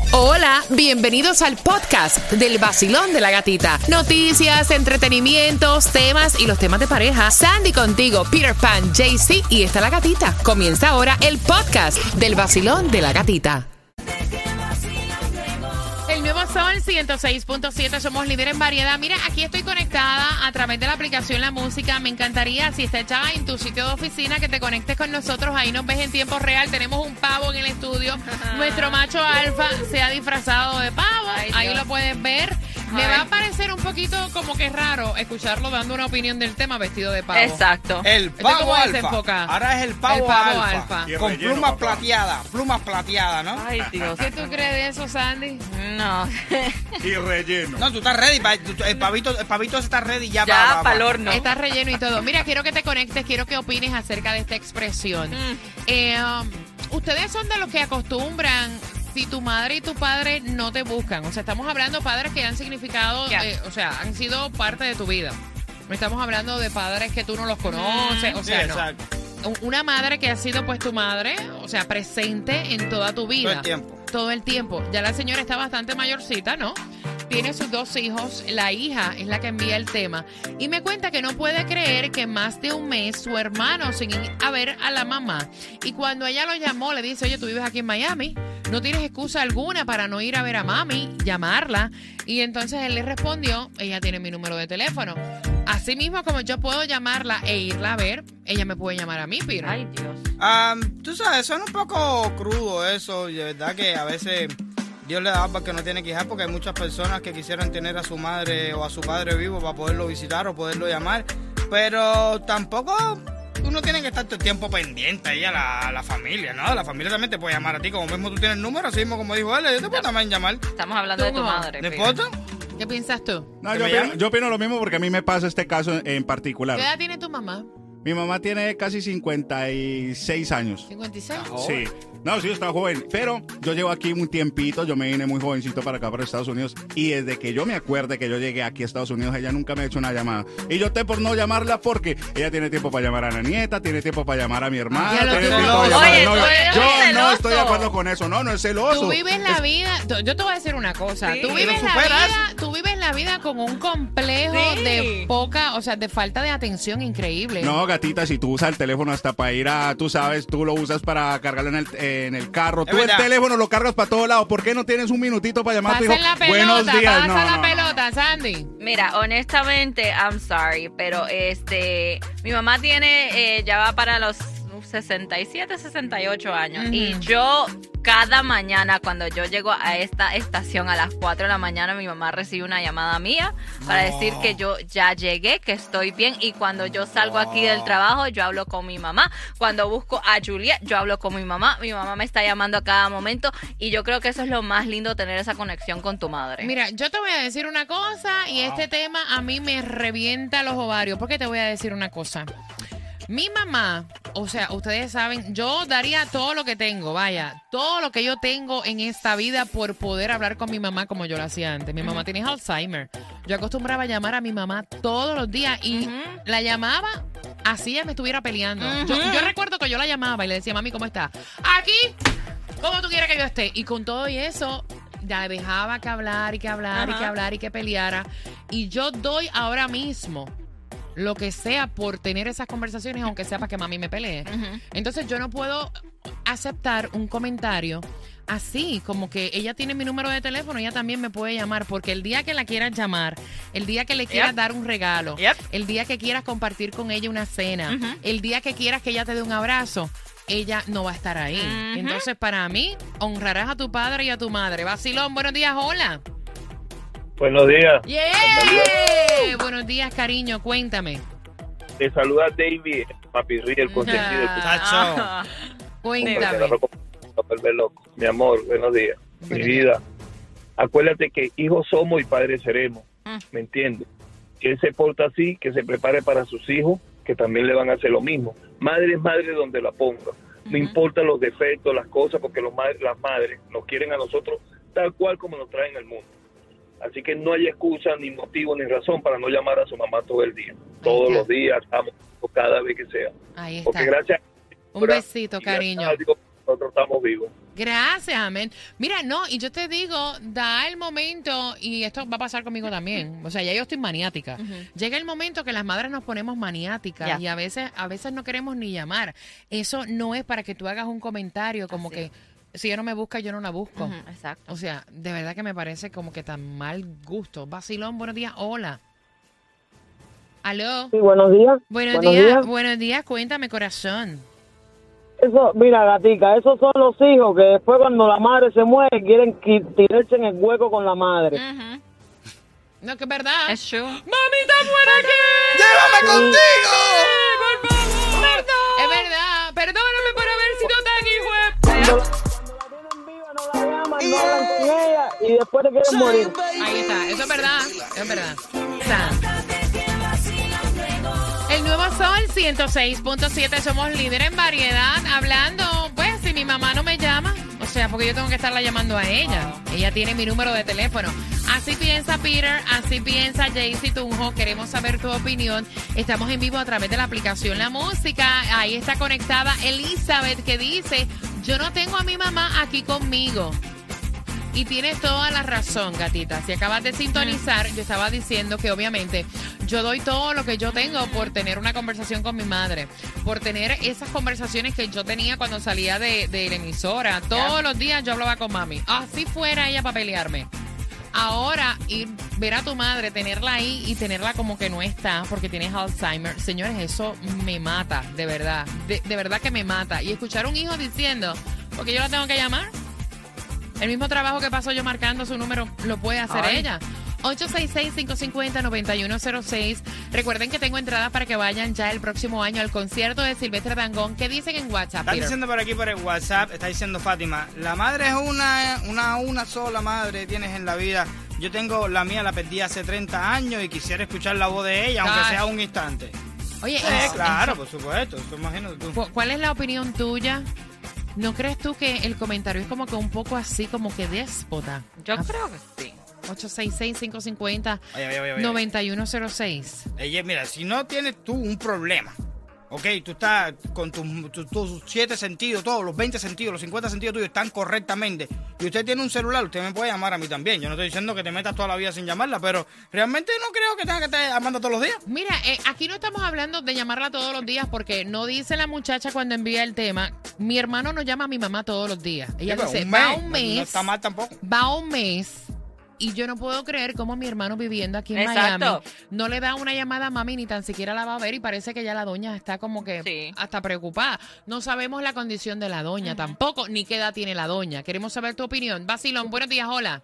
Hola, bienvenidos al podcast del Vacilón de la Gatita. Noticias, entretenimientos, temas y los temas de pareja. Sandy contigo, Peter Pan, JC y está la gatita. Comienza ahora el podcast del Vacilón de la Gatita. El nuevo Sol 106.7, somos líderes en variedad. Mira, aquí estoy conectada a través de la aplicación La Música. Me encantaría, si estás ya en tu sitio de oficina, que te conectes con nosotros. Ahí nos ves en tiempo real. Tenemos un pavo en el estudio. Nuestro macho alfa se ha disfrazado de pavo. Ahí lo puedes ver. Me va a parecer un poquito como que raro escucharlo dando una opinión del tema vestido de pavo. Exacto. El pavo alfa. Ahora es el pavo alfa. Con plumas plateadas, ¿no? Ay, Dios. ¿Qué tú crees de eso, Sandy? No. Y relleno. No, tú estás ready. El pavito está ready ya para el horno. Está relleno y todo. Mira, quiero que te conectes, quiero que opines acerca de esta expresión. Ustedes son de los que acostumbran... Si tu madre y tu padre no te buscan, o sea, estamos hablando de padres que han significado, o sea, han sido parte de tu vida. No estamos hablando de padres que tú no los conoces, o sea, sí, no. exacto. Una madre que ha sido pues tu madre, o sea, presente en toda tu vida. Todo el tiempo. Todo el tiempo. Ya la señora está bastante mayorcita, ¿no? Tiene sus 2 hijos, la hija es la que envía el tema. Y me cuenta que no puede creer que más de un mes su hermano sin ir a ver a la mamá. Y cuando ella lo llamó, le dice, oye, tú vives aquí en Miami, no tienes excusa alguna para no ir a ver a mami, llamarla. Y entonces él le respondió, ella tiene mi número de teléfono. Así mismo como yo puedo llamarla e irla a ver, ella me puede llamar a mí, Peter. Ay, Dios. Tú sabes, suena un poco crudo eso. De verdad que a veces Dios le da algo que no tiene que dejar, porque hay muchas personas que quisieran tener a su madre o a su padre vivo para poderlo visitar o poderlo llamar. Pero tampoco uno tiene que estar todo el tiempo pendiente ahí a la familia, ¿no? La familia también te puede llamar a ti, como mismo tú tienes el número, así mismo como dijo él, yo te puedo también llamar. Estamos hablando de tu madre. ¿No importa? ¿Qué piensas tú? No, yo opino lo mismo porque a mí me pasa este caso en particular. ¿Qué edad tiene tu mamá? Mi mamá tiene casi 56 años. ¿56? Sí. No, sí, está joven. Pero yo llevo aquí un tiempito. Yo me vine muy jovencito para acá, para Estados Unidos. Y desde que yo me acuerde que yo llegué aquí a Estados Unidos, ella nunca me ha hecho una llamada. Y yo opté por no llamarla porque ella tiene tiempo para llamar a la nieta, tiene tiempo para llamar a mi hermana. Tiene tiempo para llamar al novio. Yo no estoy de acuerdo con eso. No es celoso. Tú vives la vida... Yo te voy a decir una cosa. Sí, tú vives la vida con un complejo de poca... O sea, de falta de atención increíble. No, gatita, si tú usas el teléfono hasta para ir a... Tú sabes, tú lo usas para cargarlo en el carro. Tú el teléfono lo cargas para todos lados. ¿Por qué no tienes un minutito para llamar a tu hijo? Buenos días. Pasa la pelota, Sandy. Mira, honestamente, I'm sorry, pero mi mamá tiene, ya va para los 67, 68 años. Y yo, cada mañana, cuando yo llego a esta estación a las 4 de la mañana, mi mamá recibe una llamada mía para decir que yo ya llegué, que estoy bien. Y cuando yo salgo aquí del trabajo, yo hablo con mi mamá. Cuando busco a Julia, yo hablo con mi mamá. Mi mamá me está llamando a cada momento. Y yo creo que eso es lo más lindo, tener esa conexión con tu madre. Mira, yo te voy a decir una cosa y este tema a mí me revienta los ovarios. Porque te voy a decir una cosa. Mi mamá, o sea, ustedes saben, yo daría todo lo que tengo, vaya, todo lo que yo tengo en esta vida por poder hablar con mi mamá como yo lo hacía antes. Mi mamá tiene Alzheimer. Yo acostumbraba a llamar a mi mamá todos los días y la llamaba así ella me estuviera peleando. Yo recuerdo que yo la llamaba y le decía, mami, ¿cómo estás? Aquí, ¿cómo tú quieres que yo esté? Y con todo y eso... ya dejaba que hablar y que hablar y que hablar y que peleara. Y yo doy ahora mismo lo que sea por tener esas conversaciones, aunque sea para que mami me pelee. Entonces yo no puedo aceptar un comentario así, como que ella tiene mi número de teléfono, ella también me puede llamar, porque el día que la quieras llamar, el día que le quieras dar un regalo, el día que quieras compartir con ella una cena, el día que quieras que ella te dé un abrazo, ella no va a estar ahí. Entonces, para mí, honrarás a tu padre y a tu madre. Vacilón, buenos días, hola. Buenos días. Yeah. Buenos días, cariño, cuéntame. Te saluda David, Papi Rí, el consentido. Cuéntame. Mi amor, buenos días. Mi vida, acuérdate que hijos somos y padres seremos. ¿Me entiendes? Que él se porta así, que se prepare para sus hijos, que también le van a hacer lo mismo. Madre es madre donde la ponga. No importa los defectos, las cosas, porque las madres nos quieren a nosotros tal cual como nos traen al mundo. Así que no hay excusa, ni motivo, ni razón para no llamar a su mamá todo el día. Todos los días, cada vez que sea. Ahí está. Porque gracias un besito, cariño. Nosotros estamos vivos. Gracias, amén. Mira, no, y yo te digo, da el momento, y esto va a pasar conmigo también, o sea, ya yo estoy maniática. Llega el momento que las madres nos ponemos maniáticas y a veces no queremos ni llamar. Eso no es para que tú hagas un comentario como que si ella no me busca, yo no la busco. Exacto. O sea, de verdad que me parece como que tan mal gusto. Vacilón, buenos días, hola. ¿Aló? Sí, buenos días. Buenos días, cuéntame, corazón. Eso, mira, gatica, esos son los hijos que después cuando la madre se muere quieren tirarse en el hueco con la madre. No, que es verdad. Es true. ¡Mamita, fuera aquí! ¡Llévame contigo! Por favor. Es verdad. Perdóname por haber sido tan hijo. Cuando la tienen viva no la llaman, no hablan con ella y después te quieren morir. Ahí está, eso es verdad. Es verdad. El nuevo Sol 106.7, somos líder en variedad. Hablando, pues, si mi mamá no me llama, o sea, porque yo tengo que estarla llamando a ella. Ella tiene mi número de teléfono. Así piensa Peter, así piensa Jaycee Tunjo. Queremos saber tu opinión. Estamos en vivo a través de la aplicación La Música. Ahí está conectada Elizabeth, que dice: yo no tengo a mi mamá aquí conmigo. Y tienes toda la razón, gatita. Si acabas de sintonizar, yo estaba diciendo que obviamente yo doy todo lo que yo tengo por tener una conversación con mi madre, por tener esas conversaciones que yo tenía cuando salía de la emisora. Todos los días yo hablaba con mami. Así fuera ella para pelearme. Ahora, ver a tu madre, tenerla ahí y tenerla como que no está porque tienes Alzheimer. Señores, eso me mata, de verdad. De verdad que me mata. Y escuchar a un hijo diciendo, porque yo la tengo que llamar. El mismo trabajo que paso yo marcando su número lo puede hacer ella. 866-550-9106. Recuerden que tengo entradas para que vayan ya el próximo año al concierto de Silvestre Dangond. ¿Qué dicen en WhatsApp, Está Peter? diciendo por aquí por el WhatsApp, está diciendo Fátima, la madre es una sola madre tienes en la vida. Yo tengo la mía, la perdí hace 30 años y quisiera escuchar la voz de ella, aunque sea un instante. Oye, claro, por supuesto, eso imagínate tú. ¿Cuál es la opinión tuya? ¿No crees tú que el comentario es como que un poco así, como que déspota? Yo creo que sí. 866-550-9106. Ella, mira, si no tienes tú un problema, ok, tú estás con tus 7 sentidos, todos los 20 sentidos, los 50 sentidos tuyos están correctamente, y usted tiene un celular, usted me puede llamar a mí también. Yo no estoy diciendo que te metas toda la vida sin llamarla, pero realmente no creo que tenga que estar llamando todos los días. Mira, aquí no estamos hablando de llamarla todos los días porque no dice la muchacha cuando envía el tema. Mi hermano no llama a mi mamá todos los días. Ella dice, va un mes. No está mal tampoco. Va un mes. Y yo no puedo creer cómo mi hermano viviendo aquí en Exacto. Miami no le da una llamada a mami ni tan siquiera la va a ver y parece que ya la doña está como que hasta preocupada. No sabemos la condición de la doña tampoco, ni qué edad tiene la doña. Queremos saber tu opinión. Vacilón, buenos días, hola.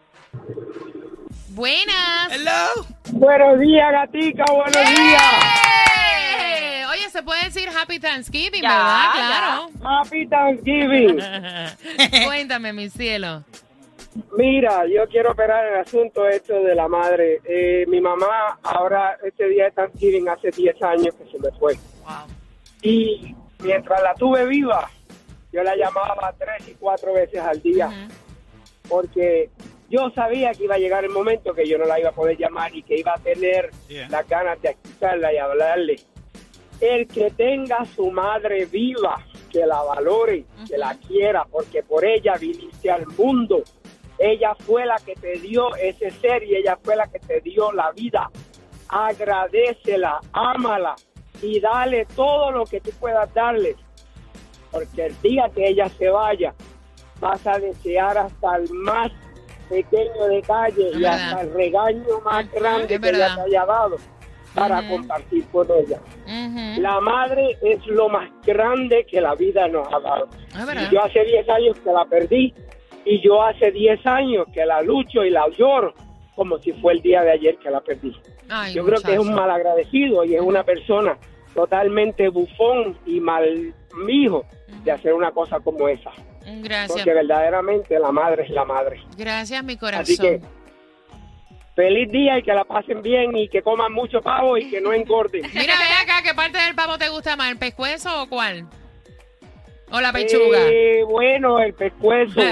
Buenas. Hello. Buenos días, gatica, buenos días. Oye, se puede decir Happy Thanksgiving, Ya, ¿verdad? Claro. Happy Thanksgiving. Cuéntame, mi cielo. Mira, yo quiero operar el asunto esto de la madre. Mi mamá, ahora, este día de Thanksgiving, hace 10 años que se me fue. Wow. Y mientras la tuve viva, yo la llamaba 3 y 4 veces al día. Porque yo sabía que iba a llegar el momento que yo no la iba a poder llamar y que iba a tener las ganas de escucharla y hablarle. El que tenga a su madre viva, que la valore, que la quiera, porque por ella viniste al mundo. Ella fue la que te dio ese ser y ella fue la que te dio la vida. Agradécela, ámala y dale todo lo que tú puedas darle. Porque el día que ella se vaya, vas a desear hasta el más pequeño detalle y hasta el regaño más grande que ella te haya dado para compartir con ella. La madre es lo más grande que la vida nos ha dado. Y yo hace 10 años que la perdí. Y yo hace 10 años que la lucho y la lloro como si fue el día de ayer que la perdí. Ay, yo creo que es un malagradecido y es una persona totalmente bufón y mal mijo de hacer una cosa como esa. Gracias. Porque verdaderamente la madre es la madre. Gracias, mi corazón. Así que feliz día y que la pasen bien y que coman mucho pavo y que no engorden. Mira, ve acá, ¿qué parte del pavo te gusta más, el pescuezo o cuál? ¿O la pechuga? Bueno, el pescuezo.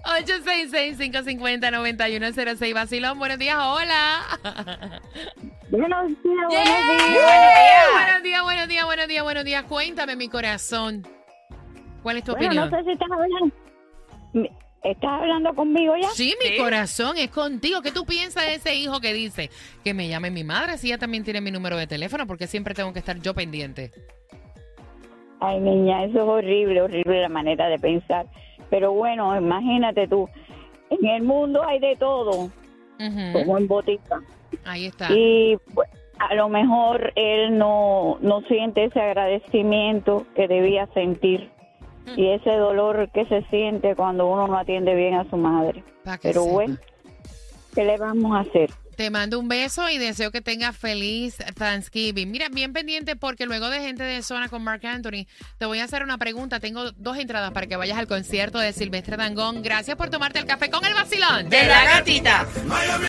866-550-9106. Vacilón, buenos días, hola. Buenos días, Yeah. buenos días. Buenos días, buenos días, buenos días, buenos días. Cuéntame, mi corazón. ¿Cuál es tu Bueno, opinión? no sé si estás hablando. ¿Estás hablando conmigo ya? Sí, mi Sí. corazón es contigo. ¿Qué tú piensas de ese hijo que dice que me llame mi madre si ella también tiene mi número de teléfono? Porque siempre tengo que estar yo pendiente. Ay, niña, eso es horrible, horrible la manera de pensar. Pero bueno, imagínate tú, en el mundo hay de todo, Ujú. como en botica. Ahí está. Y pues, a lo mejor él no siente ese agradecimiento que debía sentir. Y ese dolor que se siente cuando uno no atiende bien a su madre. Pa' que Pero sepa. bueno, ¿qué le vamos a hacer? Te mando un beso y deseo que tengas feliz Thanksgiving. Mira, bien pendiente porque luego de Gente de Zona con Marc Anthony, te voy a hacer una pregunta. Tengo 2 entradas para que vayas al concierto de Silvestre Dangond. Gracias por tomarte el café con el vacilón De la gatita.